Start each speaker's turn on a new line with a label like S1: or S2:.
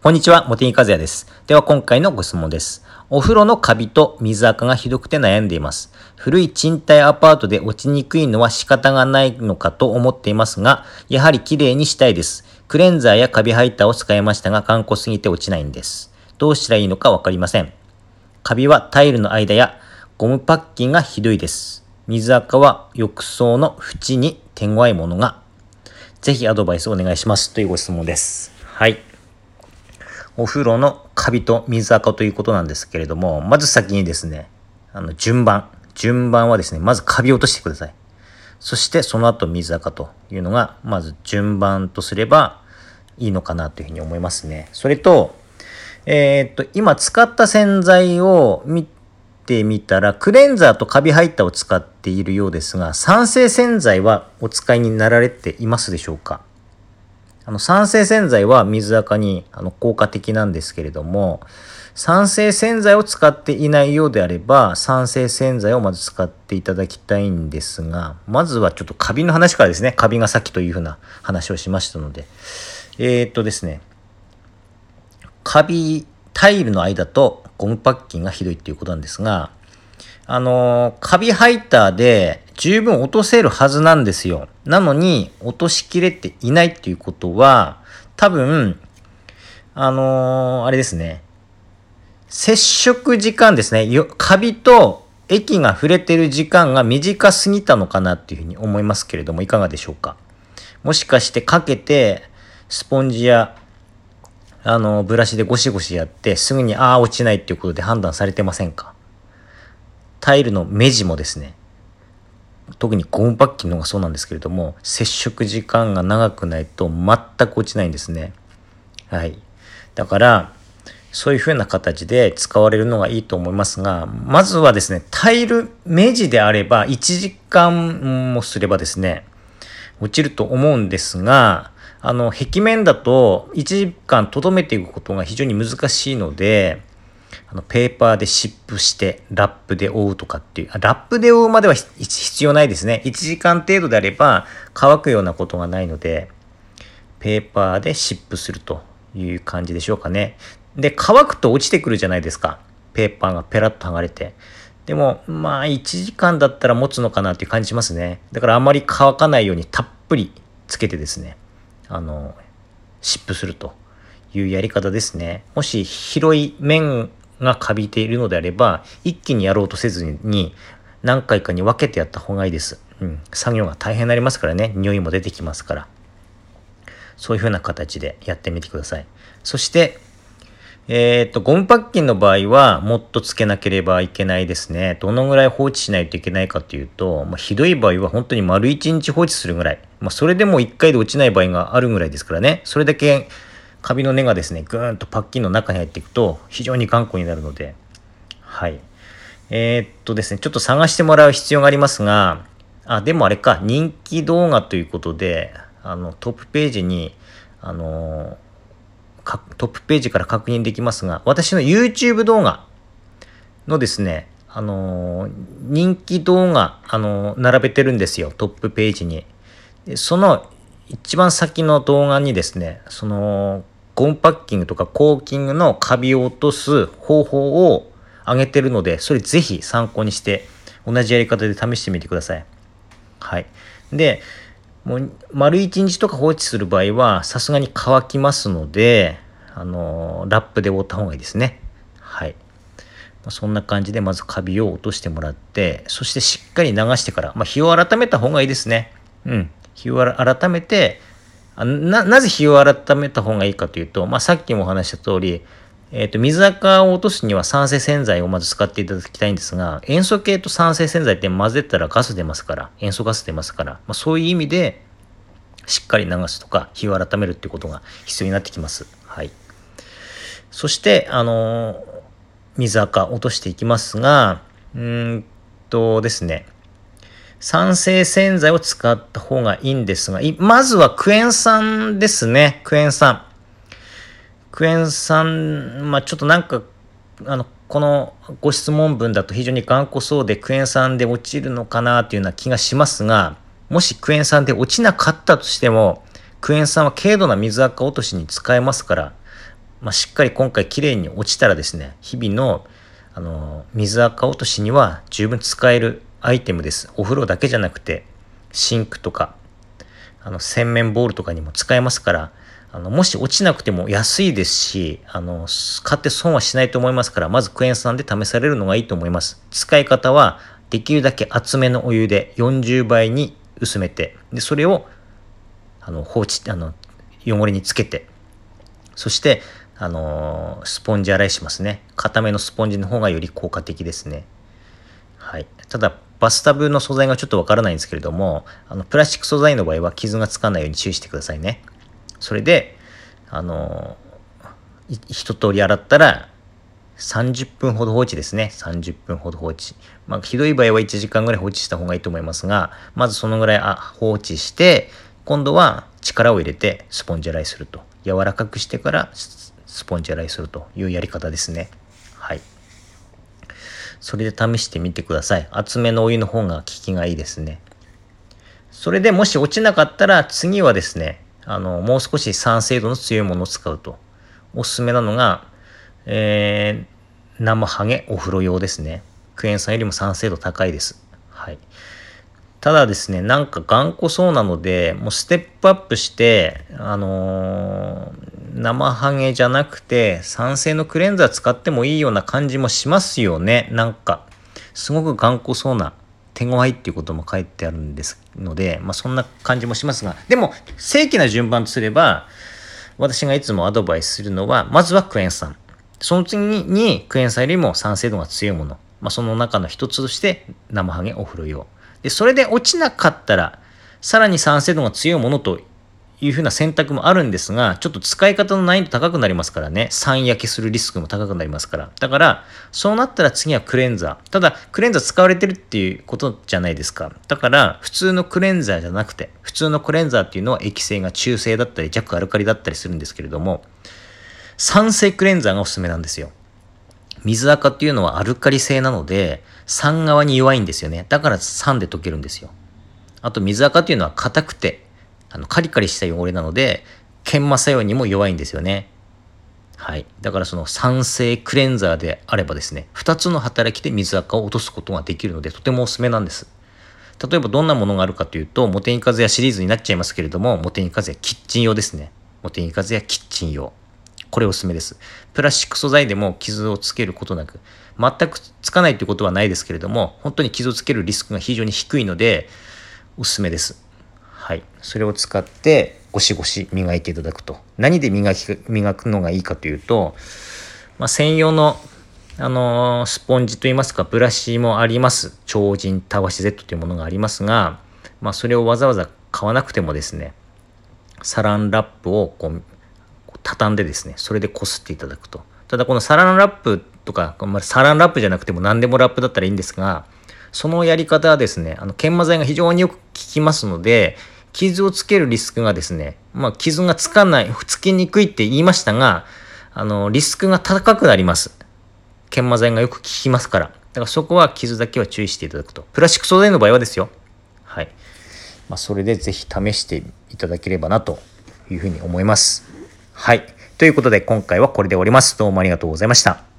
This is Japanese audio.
S1: こんにちは、茂木和也です。では今回のご質問です。お風呂のカビと水垢がひどくて悩んでいます。古い賃貸アパートで落ちにくいのは仕方がないのかと思っていますが、やはり綺麗にしたいです。クレンザーやカビハイターを使いましたが、頑固すぎて落ちないんです。どうしたらいいのかわかりません。カビはタイルの間やゴムパッキンがひどいです。水垢は浴槽の縁に手強いものが。ぜひアドバイスをお願いしますというご質問です。はい。お風呂のカビと水垢ということなんですけれども、まず先にですね、順番はですね、まずカビを落としてください。そしてその後水垢というのが、まず順番とすればいいのかなというふうに思いますね。それと、今使った洗剤を見てみたら、クレンザーとカビハイターを使っているようですが、酸性洗剤はお使いになられていますでしょうか？酸性洗剤は水垢に効果的なんですけれども、酸性洗剤を使っていないようであれば、酸性洗剤をまず使っていただきたいんですが、まずはちょっとカビの話からですね、カビが先というふうな話をしましたので、ですね、カビ、タイルの間とゴムパッキンがひどいっていうことなんですが、カビハイターで十分落とせるはずなんですよ。なのに落としきれていないっていうことは、多分、あれですね。接触時間ですね。カビと液が触れてる時間が短すぎたのかなっていうふうに思いますけれども、いかがでしょうか。もしかしてかけて、スポンジや、ブラシでゴシゴシやって、すぐに落ちないっていうことで判断されてませんか？タイルの目地もですね、特にゴムパッキンの方がそうなんですけれども、接触時間が長くないと全く落ちないんですね。はい。だから、そういう風な形で使われるのがいいと思いますが、まずはですね、タイル目地であれば1時間もすればですね、落ちると思うんですが、壁面だと1時間留めていくことが非常に難しいので、ペーパーで湿布してラップで覆うとかっていう、ラップで覆うまでは必要ないですね。1時間程度であれば乾くようなことがないので、ペーパーで湿布するという感じでしょうかね。で、乾くと落ちてくるじゃないですか。ペーパーがペラッと剥がれて。でも、1時間だったら持つのかなっていう感じしますね。だからあまり乾かないようにたっぷりつけてですね、湿布するというやり方ですね。もし広い面がカビているのであれば、一気にやろうとせずに何回かに分けてやった方がいいです。作業が大変になりますからね。匂いも出てきますから。そういう風な形でやってみてください。そして、ゴムパッキンの場合はもっとつけなければいけないですね。どのぐらい放置しないといけないかというと、ひどい場合は本当に丸1日放置するぐらい。それでも1回で落ちない場合があるぐらいですからね。それだけカビの根がですね、ぐーんとパッキンの中に入っていくと非常に頑固になるので、はい。ですね、ちょっと探してもらう必要がありますが、でもあれか、人気動画ということで、トップページに、トップページから確認できますが、私の YouTube 動画のですね、人気動画、並べてるんですよ、トップページに。その一番先の動画にですね、ゴムパッキングとかコーキングのカビを落とす方法を上げてるので、それぜひ参考にして同じやり方で試してみてください。はい。で、もう丸1日とか放置する場合はさすがに乾きますので、ラップで覆った方がいいですね。はい。そんな感じでまずカビを落としてもらって、そしてしっかり流してから、日を改めた方がいいですね。日を改めて、なぜ日を改めた方がいいかというと、さっきもお話した通り、水垢を落とすには酸性洗剤をまず使っていただきたいんですが、塩素系と酸性洗剤って混ぜたらガス出ますから、塩素ガス出ますから、そういう意味でしっかり流すとか日を改めるっていうことが必要になってきます。はい。そして水垢落としていきますが、ですね、酸性洗剤を使った方がいいんですが、まずはクエン酸ですね。クエン酸、ちょっとなんかこのご質問文だと非常に頑固そうでクエン酸で落ちるのかなというような気がしますが、もしクエン酸で落ちなかったとしても、クエン酸は軽度な水垢落としに使えますから、 しっかり今回きれいに落ちたらですね、日々の水垢落としには十分使えるアイテムです。お風呂だけじゃなくてシンクとか洗面ボールとかにも使えますから、もし落ちなくても安いですし、買って損はしないと思いますから、まずクエン酸で試されるのがいいと思います。使い方はできるだけ厚めのお湯で40倍に薄めて、でそれを放置汚れにつけて、そしてスポンジ洗いしますね。固めのスポンジの方がより効果的ですね。はい。ただバスタブの素材がちょっとわからないんですけれども、プラスチック素材の場合は傷がつかないように注意してくださいね。それで一通り洗ったら30分ほど放置ですね。30分ほど放置。ひどい場合は1時間ぐらい放置した方がいいと思いますが、まずそのぐらい放置して、今度は力を入れてスポンジ洗いすると。柔らかくしてからスポンジ洗いするというやり方ですね。はい。それで試してみてください。厚めのお湯の方が効きがいいですね。それでもし落ちなかったら次はですね、もう少し酸性度の強いものを使うと。おすすめなのが、生ハゲお風呂用ですね。クエン酸よりも酸性度高いです。はい。ただですね、なんか頑固そうなので、もうステップアップして、生ハゲじゃなくて酸性のクレンザー使ってもいいような感じもしますよね。なんかすごく頑固そうな、手強いっていうことも書いてあるんですので、そんな感じもしますが、でも正規な順番とすれば、私がいつもアドバイスするのは、まずはクエン酸。その次にクエン酸よりも酸性度が強いもの。その中の一つとして生ハゲお風呂用。で、それで落ちなかったら、さらに酸性度が強いものというふうな選択もあるんですが、ちょっと使い方の難易度高くなりますからね。酸焼けするリスクも高くなりますから。だから、そうなったら次はクレンザー。ただ、クレンザー使われてるっていうことじゃないですか。だから、普通のクレンザーじゃなくて、普通のクレンザーっていうのは液性が中性だったり弱アルカリだったりするんですけれども、酸性クレンザーがおすすめなんですよ。水垢っていうのはアルカリ性なので、酸側に弱いんですよね。だから酸で溶けるんですよ。あと水垢っていうのは硬くて、カリカリした汚れなので、研磨作用にも弱いんですよね。はい。だからその酸性クレンザーであればですね、2つの働きで水垢を落とすことができるので、とてもおすすめなんです。例えばどんなものがあるかというと、モテニカズヤシリーズになっちゃいますけれども、モテニカズヤキッチン用ですね。モテニカズヤキッチン用。これおすすめです。プラスチック素材でも傷をつけることなく、全くつかないということはないですけれども、本当に傷をつけるリスクが非常に低いので、おすすめです。はい。それを使ってゴシゴシ磨いていただくと。何で磨くのがいいかというと、専用の、スポンジといいますか、ブラシもあります。超人たわし Z というものがありますが、それをわざわざ買わなくてもですね、サランラップを畳んでですね、それでこすっていただくと。ただこのサランラップとか、サランラップじゃなくても何でもラップだったらいいんですが、そのやり方はですね、研磨剤が非常によく効きますので、傷をつけるリスクがですね、傷がつきにくいって言いましたが、リスクが高くなります。研磨剤がよく効きますから。だからそこは傷だけは注意していただくと。プラスチック素材の場合はですよ。はい。それでぜひ試していただければなというふうに思います。はい。ということで今回はこれで終わります。どうもありがとうございました。